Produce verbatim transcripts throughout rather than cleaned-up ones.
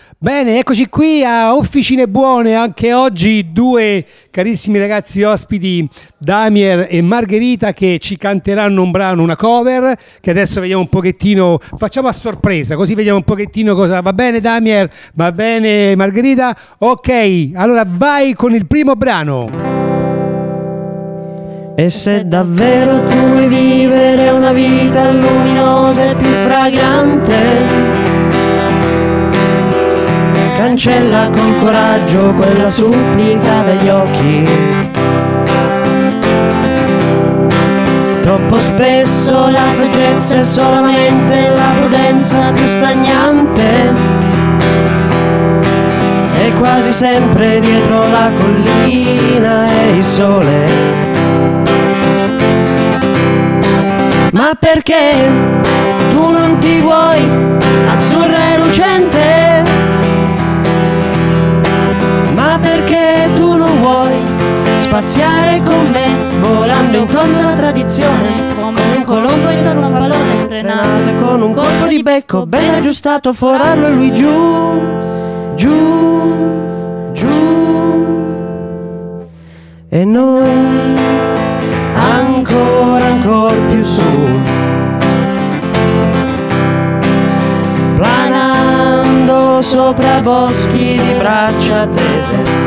Bene, eccoci qui a Officine Buone, anche oggi due carissimi ragazzi ospiti, Damier e Margherita, che ci canteranno un brano, una cover, che adesso vediamo un pochettino, facciamo a sorpresa, così vediamo un pochettino cosa va bene. Damier, va bene Margherita? Ok, allora vai con il primo brano. E se davvero tu vuoi vivere una vita luminosa e più fragrante, cancella con coraggio quella supplica dagli occhi. Troppo spesso la saggezza è solamente la prudenza più stagnante, e quasi sempre dietro la collina è il sole. Ma perché tu non ti vuoi azzurra e lucente? Ma perché tu non vuoi spaziare con me, volando incontro alla tradizione, come un colombo intorno a un pallone frenato, e con un colpo di becco ben aggiustato forarlo lui giù, giù, giù. E noi ancora, ancora più su, planando sopra boschi di braccia tese.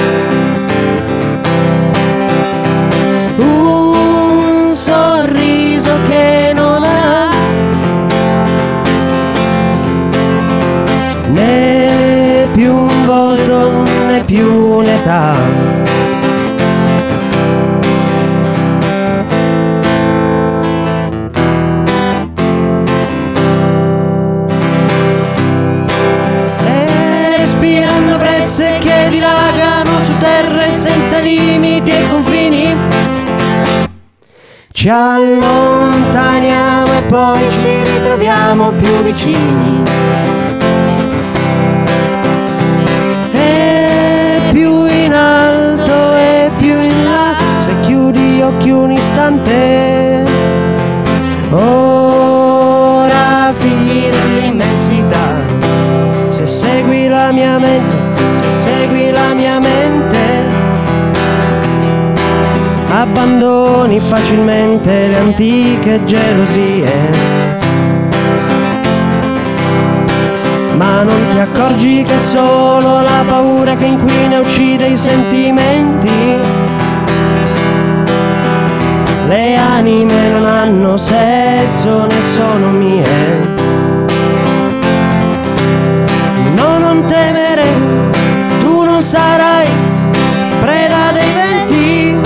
Un sorriso che non ha né più un volto né più un'età. Che dilagano su terre senza limiti e confini. Ci allontaniamo e poi ci ritroviamo più vicini. E più in alto e più in là, se chiudi gli occhi un istante, ora finire l'immensità. Se segui la mia mente, segui la mia mente, abbandoni facilmente le antiche gelosie, ma non ti accorgi che è solo la paura che inquina e uccide i sentimenti. Le anime non hanno sesso né sono mie. No, non temere, tu non sarai preda dei venti.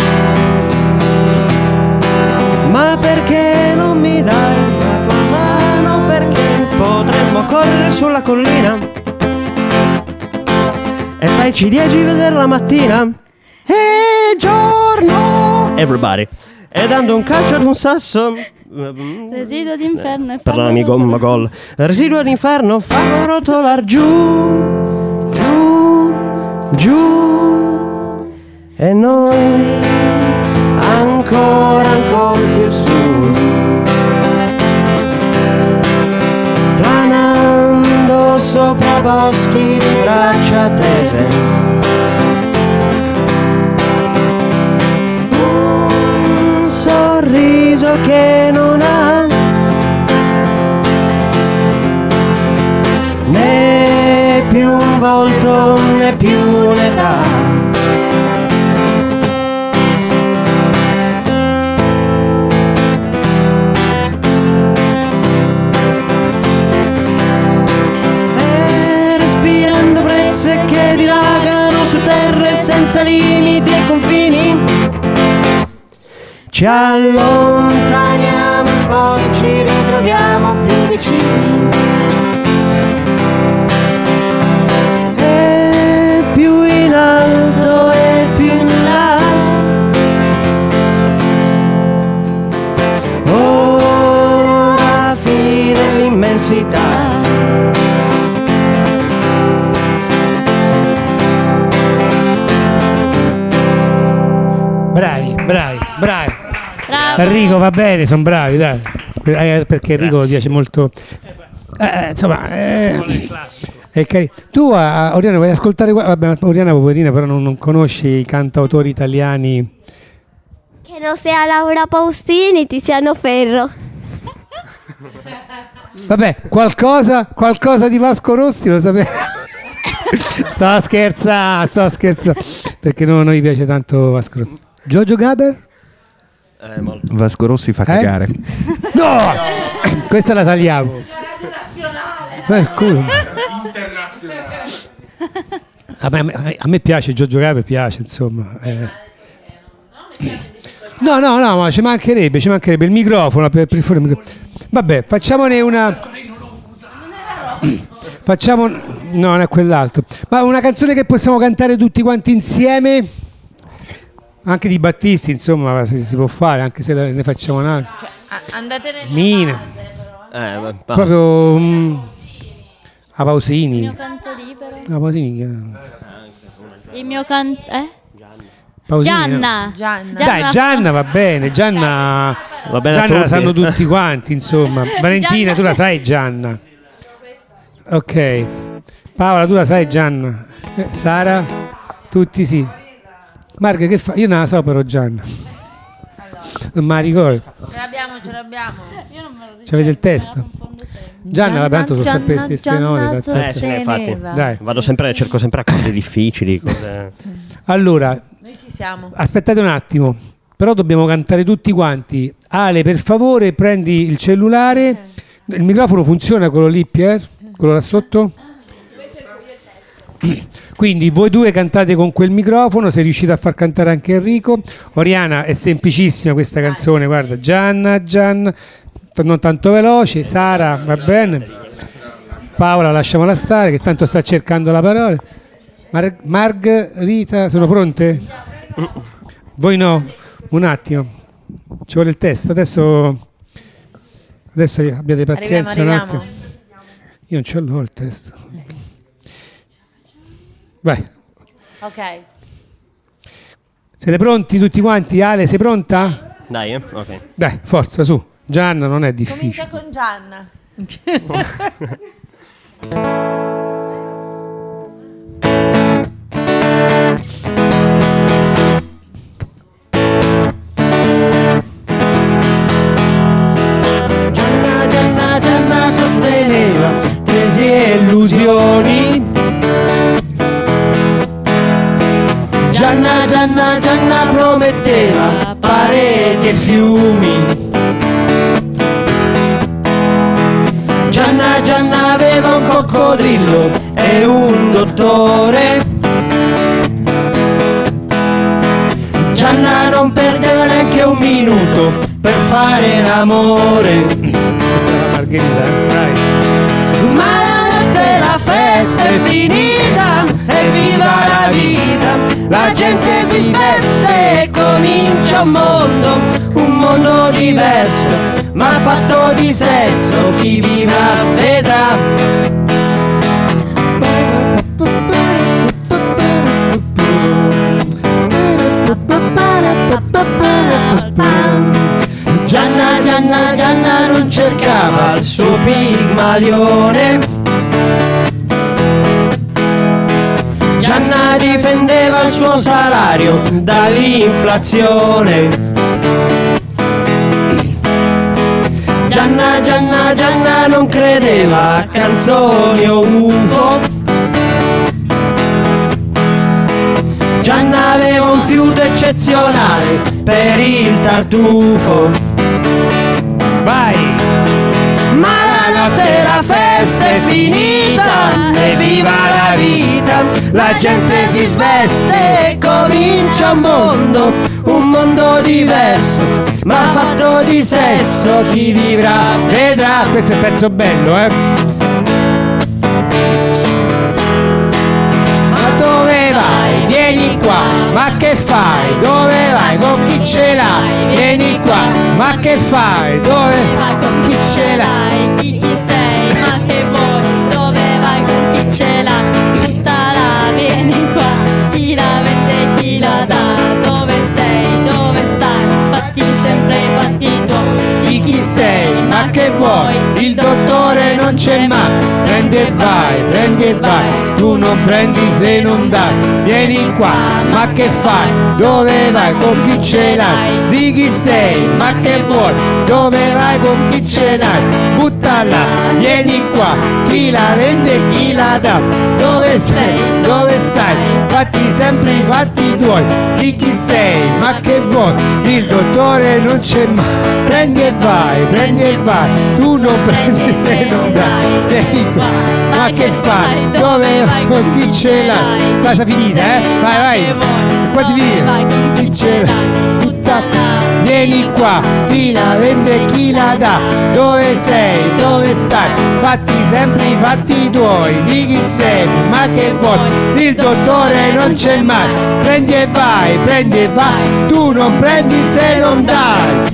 Ma perché non mi dai la tua mano? Perché potremmo correre sulla collina e fai ciliegi vedere la mattina e giorno, everybody, e dando un calcio ad un sasso. Residuo d'inferno e perdonami gomma gol. Residuo d'inferno fanno rotolar giù, giù, giù. E noi ancora, ancora più su, planando sopra boschi di braccia tese. Un sorriso che non ha né più un volto né più un'età. E respirando brezze che dilagano su terre senza limiti e confini. Ci allontaniamo e poi ci ritroviamo più vicini. E più in alto e più in là, ora finire l'immensità. Bravi, bravi, bravi. Bravo. Enrico va bene, sono bravi, dai. Perché Enrico Grazie. piace molto. Eh, insomma, eh, è cari- tu, uh, Oriana, vuoi ascoltare? Vabbè, Oriana poverina, però non, non conosci i cantautori italiani. Che non sia Laura Pausini, Tiziano Ferro. Vabbè, qualcosa, qualcosa di Vasco Rossi lo sapete? Sto scherzando, sto scherzando, perché no, non gli piace tanto Vasco Rossi. Giorgio Gaber? Eh, molto. Vasco Rossi fa Eh? cagare. No! Questa la tagliamo. Eh, scusa. A me, a me piace Giorgio Gaber, piace, insomma. Eh. No, no, no, ma ci mancherebbe, ci mancherebbe il microfono per, per fuori il microfono. Vabbè, facciamone una. Facciamo. No, non è quell'altro. Ma una canzone che possiamo cantare tutti quanti insieme. Anche di Battisti, insomma, si, si può fare, anche se ne facciamo un'altra. Cioè, andate nelle Mina. bande, Eh, ma- Proprio. Mm, a Il Pausini. mio canto libero. A Pausini. che- Il mio canto. Eh? Pausini, no? Gianna. Gianna. Dai, Gianna va bene, Gianna, Va bene a Gianna la tutti. sanno tutti quanti, insomma. Valentina, Gianna. tu la sai Gianna? Ok. Paola, tu la sai Gianna? Eh, Sara? Tutti sì. Marga, che fa? Io non la so però Gianna. Non me la ricordo. Ce l'abbiamo, ce l'abbiamo. Io non me lo ricordo. C'avete il testo? Gianna, vabbè, tanto sono sempre le stesse note. tanto- Eh, sì, infatti. Dai. Vado sempre, cerco sempre accordi difficili. Cose... Allora, Noi ci siamo. aspettate un attimo, però dobbiamo cantare tutti quanti. Ale, per favore, prendi il cellulare. Il microfono funziona, quello lì, Pier? Quello là sotto? Quindi voi due cantate con quel microfono, se riuscite a far cantare anche Enrico. Oriana, è semplicissima questa canzone, guarda. Gianna, Gianna, t- non tanto veloce. Sara, va bene. Paola, lasciamola stare, che tanto sta cercando la parola. Mar- Margherita, sono pronte? Voi no? Un attimo, ci vuole il testo. Adesso, adesso abbiate pazienza Arriviamo, un arriviamo. attimo. Io non ce l'ho il testo. Vai, Ok. siete pronti tutti quanti? Ale, sei pronta? Dai, eh? Ok. Dai, forza, su. Gianna, non è difficile. Comincia con Gianna. Gianna, Gianna, Gianna sosteneva tesi e illusioni. Gianna, Gianna, Gianna prometteva pareti e fiumi. Gianna, Gianna aveva un coccodrillo e un dottore. Gianna non perdeva neanche un minuto per fare l'amore. Questa è la Margherita, dai. Ma la notte la festa è finita, evviva la vita. La gente si sveste e comincia un mondo, un mondo diverso, ma fatto di sesso. Chi vivrà vedrà. Gianna, Gianna, Gianna non cercava il suo pigmalione. Gianna difendeva il suo salario dall'inflazione. Gianna, Gianna, Gianna non credeva a canzoni o U F O. Gianna aveva un fiuto eccezionale per il tartufo. Vai! Ma la notte la festa è finita, evviva la vita. La gente si sveste e comincia un mondo, un mondo diverso, ma fatto di sesso. Chi vivrà vedrà. Questo è il pezzo bello, eh? Ma dove vai? Vieni qua. Ma che fai? Dove vai? Con chi ce l'hai? Vieni qua. Ma che fai? Dove vai? Con chi ce l'hai? Chi chi sei? Ma che vuoi? Dove vai? Con chi ce l'ha? Buttala, vieni qua. Chi la vende, chi la dà? Dove sei? Dove stai? Fatti sempre i fatti tuoi. Di chi sei? Ma che vuoi? Il dottore non c'è mai. che vai, tu non prendi se non dai, vieni qua, ma che fai, dove vai, con chi ce l'hai, di chi sei, ma che vuoi, dove vai, con chi ce l'hai, buttala, vieni qua, chi la vende, chi la dà, dove sei, dove stai, fatti sempre i fatti tuoi, di chi sei, ma che vuoi, il dottore non c'è mai, prendi e vai, prendi e vai, tu non prendi se non dai, vieni qua, ma che fai, dove vai, con chi ce l'hai, quasi finita, eh, vai vai, è quasi finita, chi ce l'hai, buttala, vieni qua, chi la vende, chi la dà, dove sei, dove stai, fatti sempre i fatti tuoi, di chi sei, ma che vuoi, il dottore non c'è mai, prendi e vai, prendi e vai, tu non prendi se non dai.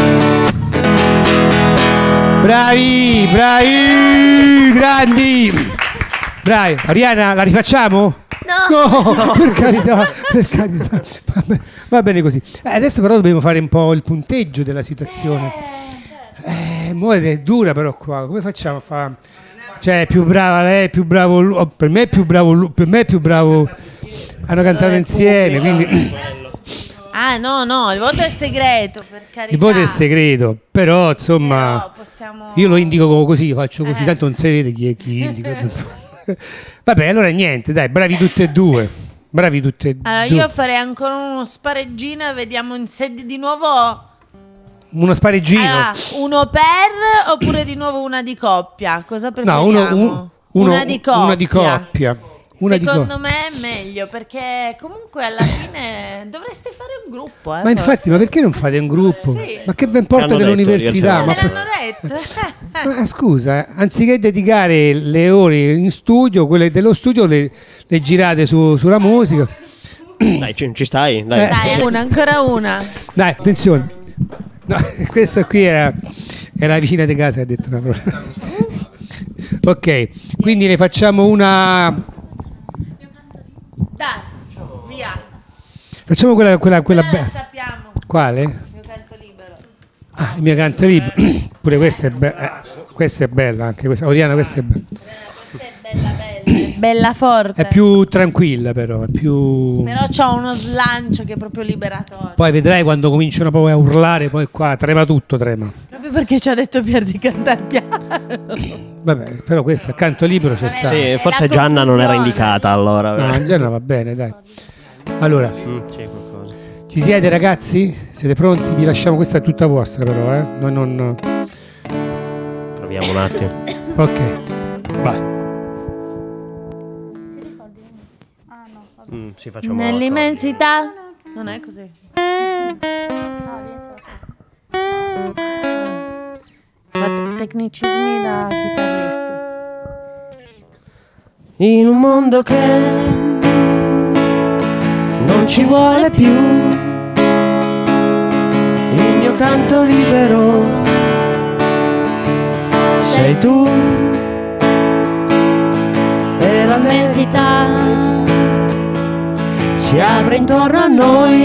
Bravi, bravi, grandi, bravi. Ariana, la rifacciamo? No. No, per carità, per carità. Va bene, va bene così. Eh, adesso però dobbiamo fare un po' il punteggio della situazione. Eh, mo è dura però qua. Come facciamo a fare? Cioè, è più brava lei, è più bravo lui. Oh, per me è più bravo lui, per me è più bravo. Hanno cantato insieme, quindi Ah no, no, il voto è segreto, per carità. il voto è segreto, però insomma Però possiamo... io lo indico come così, faccio così, Eh. tanto non si vede chi è chi indico. Vabbè, allora niente, dai, bravi tutti e due. Bravi tutti e due. Allora io farei ancora uno spareggino e vediamo in sedi di nuovo... Uno spareggino. Allora, uno per oppure di nuovo una di coppia? Cosa No, preferiamo? uno, un- uno- una di coppia. Una di coppia. Una di Secondo co- me è meglio perché comunque alla fine dovreste fare un gruppo. Eh, Ma infatti, forse. ma perché non fate un gruppo? Sì. Ma che ve importa L'hanno detto dell'università? ieri Ma, Me l'hanno detto. ma scusa, eh, anziché dedicare le ore in studio, quelle dello studio le, le girate su- sulla musica. Dai, ci, ci stai? Dai. Eh. Dai, una, ancora una. Dai, attenzione. No, questa qui era, era la vicina di casa che ha detto una parola. Ok, quindi ne facciamo una... Dai, via. Facciamo quella, quella, quella Quella be- la sappiamo. Quale? Io canto libero. Ah, il mio canto libero. Pure questa è bella. Questa è bella anche questa. Oriana, questa è bella. Questa è bella bella. Bella forte. È più tranquilla però, è più... Però c'ha uno slancio che è proprio liberatorio. Poi vedrai quando cominciano poi a urlare, poi qua trema tutto, trema. Proprio perché ci ha detto Pier di cantare piano. Vabbè, però questo canto libero c'è Vabbè, stato. Sì, È forse la Gianna non era conclusione. indicata allora. No, in genere va bene, dai. Allora, Mm, c'è qualcosa. ci siete ragazzi? Siete pronti? Vi lasciamo, questa è tutta vostra però, eh? Noi non... Proviamo un attimo. Ok, vai. Mm, sì, facciamo una Nell'immensità. Non è così. Ma te- tecnicismi da chitarristi. In un mondo che non ci vuole più, il mio canto libero sei tu e la immensità si apre intorno a noi,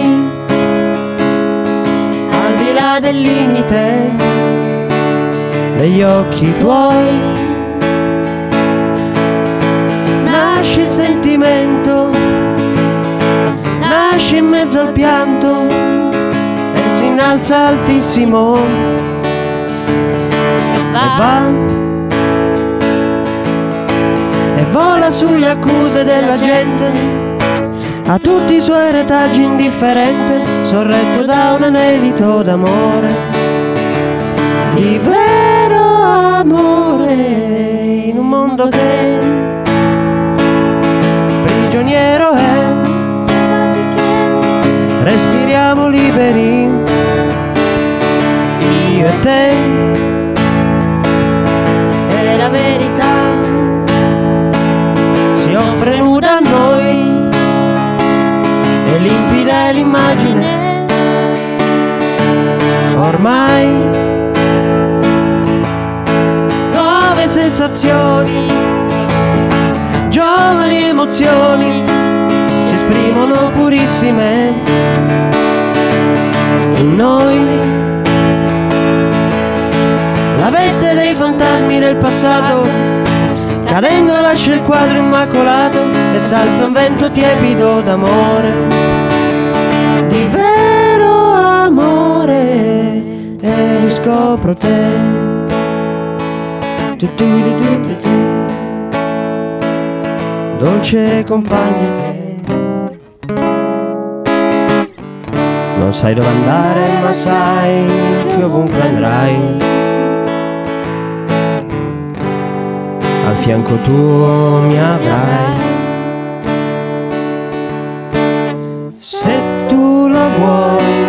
al di là del limite degli occhi tuoi. Nasce il sentimento, nasce in mezzo al pianto e si innalza altissimo e va e vola sulle accuse della gente, a tutti i suoi retaggi indifferente, sorretto da un anelito d'amore, di vero amore, in un mondo che prigioniero è. Respiriamo liberi, io e te, e la verità si offre nuda a noi, e limpida è l'immagine, ormai nuove sensazioni, giovani emozioni si esprimono purissime in noi. La veste dei fantasmi del passato Cadendo lascia il quadro immacolato e s'alza un vento tiepido d'amore, di vero amore, e riscopro te. Tu, tu, tu, tu, tu, tu. Dolce compagna che non sai dove andare, ma sai che ovunque andrai, al fianco tuo mi avrai. Se tu lo vuoi.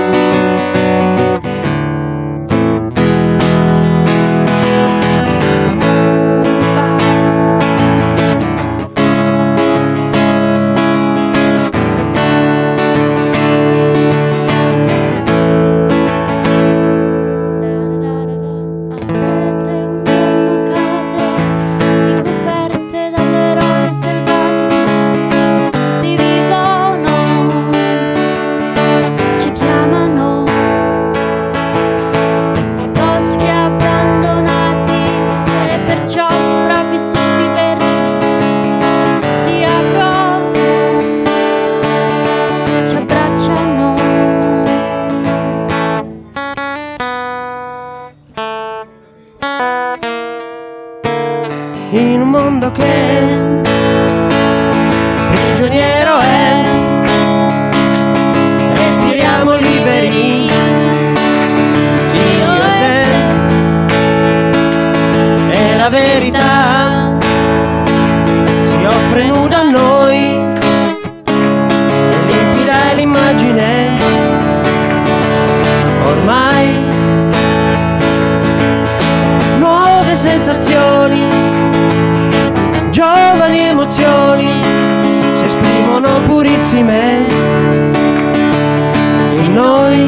In un mondo che prigioniero è, respiriamo liberi, io e te, e la verità si offre nuda a noi, limpida è l'immagine, ormai nuove sensazioni, giovani emozioni si esprimono purissime in noi.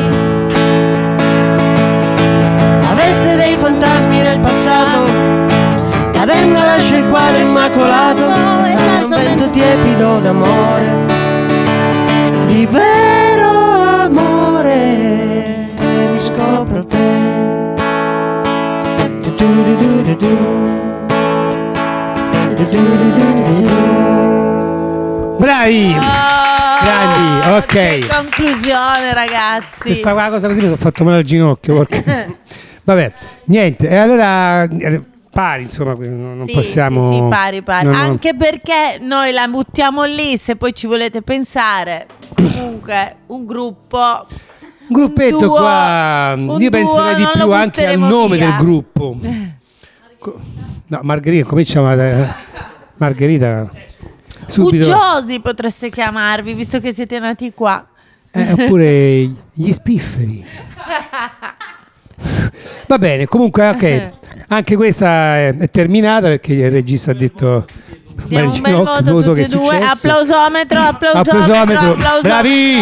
La veste dei fantasmi del passato, cadendo lascia il quadro immacolato, senza un vento tiepido d'amore, di vero amore, riscopro te. Tu, tu, tu, tu, tu, tu. Bravi! Oh, Grandi, ok. Che conclusione, ragazzi. Se fa una cosa così mi sono fatto male al ginocchio. Porca. Vabbè, niente. E allora eh, pari, insomma, non non sì, possiamo. sì, sì, pari, pari. no, no. Anche perché noi la buttiamo lì, se poi ci volete pensare. Comunque, un gruppo. Un gruppetto un duo, qua. un Io penserei duo, di non più lo anche al butteremo nome via. del gruppo. Co- No, Margherita, cominciamo a. Margherita. Subito. Uggiosi potreste chiamarvi, visto che siete nati qua. Eh, oppure gli spifferi. Va bene, comunque, ok. Anche questa è, è terminata perché il regista ha detto. Diamo un bel Ginocchio, voto voto tutti che e è due. successo. Applausometro, applausometro, Applausometro. applausometro. Bravi!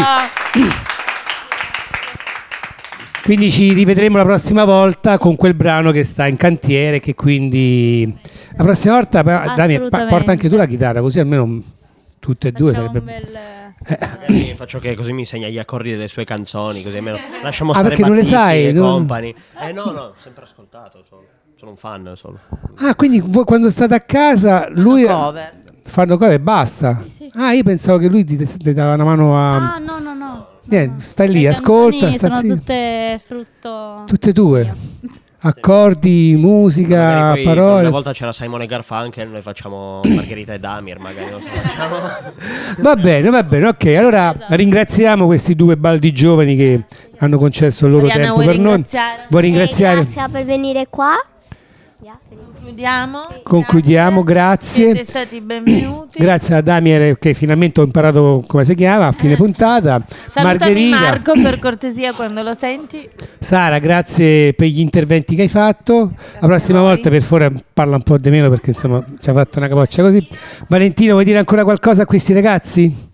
Quindi ci rivedremo la prossima volta con quel brano che sta in cantiere, che quindi la prossima volta però, Dani, pa- Assolutamente. porta anche tu la chitarra, così almeno tutte e due Facciamo sarebbe un bel... Magari faccio che così mi insegna gli accordi delle sue canzoni, così almeno lasciamo Ah, stare perché non le Battisti sai? e Non- company. Eh no, no, ho sempre ascoltato, sono, sono un fan solo. Ah, quindi voi quando state a casa lui Cover. fanno cover e basta. Sì, sì. Ah, io pensavo che lui ti, ti dava una mano a Ah, no, no, no. Niente, stai lì, Le ascolta, canzoni sta sono zitto. tutte frutto... Tutte e due. Accordi, musica, Magari poi parole. una volta c'era Simone Garfunkel, noi facciamo Margherita e Damir, magari non so, facciamo. Va bene, va bene, ok. Allora ringraziamo questi due baldi giovani che hanno concesso il loro Mariana, tempo vuoi per noi. ringraziare? Vuoi Eh, ringraziare? grazie per venire qua. Concludiamo. Concludiamo, grazie. Siete stati benvenuti. Grazie a Damier che finalmente ho imparato come si chiama a fine puntata. Salutami Margherita, Marco per cortesia quando lo senti. Sara, grazie per gli interventi che hai fatto. La prossima a voi. volta per favore parla un po' di meno perché insomma ci ha fatto una capoccia così. Valentino, vuoi dire ancora qualcosa a questi ragazzi?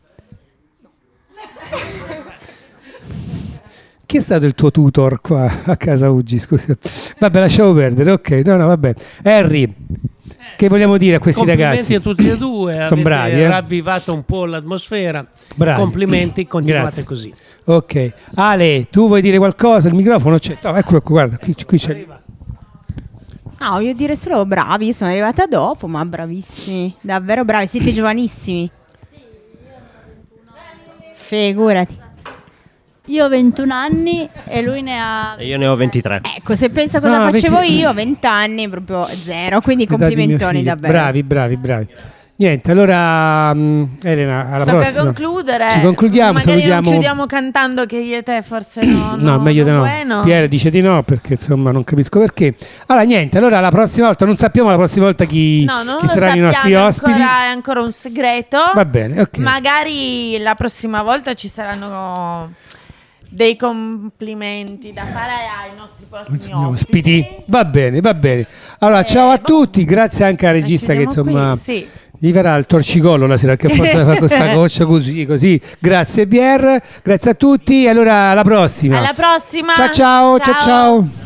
Chi è stato il tuo tutor qua a casa Uggi? Scusa. Vabbè, lasciamo perdere, ok. No, no, vabbè. Harry, che vogliamo dire a questi Complimenti ragazzi? a tutti e due, Sono avete bravi, eh? ravvivato un po' l'atmosfera. Bravi. Complimenti, continuate Grazie. così. Ok. Ale, tu vuoi dire qualcosa? Il microfono c'è. No, eccolo qua, guarda, qui, qui c'è. No, voglio dire solo bravi, io sono arrivata dopo, ma bravissimi, davvero bravi, siete giovanissimi. Figurati. Io ho ventuno anni e lui ne ha... E io ne ho ventitré. Ecco, se pensa cosa No, facevo venti io, venti anni, proprio zero, quindi Età di mio complimentoni figlio. davvero. Bravi, bravi, bravi. Niente, allora mh, Elena, alla Tocca prossima. concludere. Ci concludiamo, Magari salutiamo. non chiudiamo cantando che io e te forse no. No, no meglio di no. bueno. Piero dice di no perché insomma non capisco perché. Allora niente, allora la prossima volta non sappiamo la prossima volta chi, No, non chi lo saranno i nostri sappiamo ospiti. ancora, è ancora un segreto. Va bene, ok. Magari la prossima volta ci saranno dei complimenti da fare ai nostri prossimi Ospiti. ospiti. Va bene, va bene. Allora, Eh, ciao a boh. tutti, grazie anche al regista che chiudiamo insomma qui, sì. gli farà il torcicollo la sera che forse fa questa coccia così, così. Grazie Pier, grazie a tutti e allora alla prossima. Alla prossima. Ciao ciao, ciao ciao.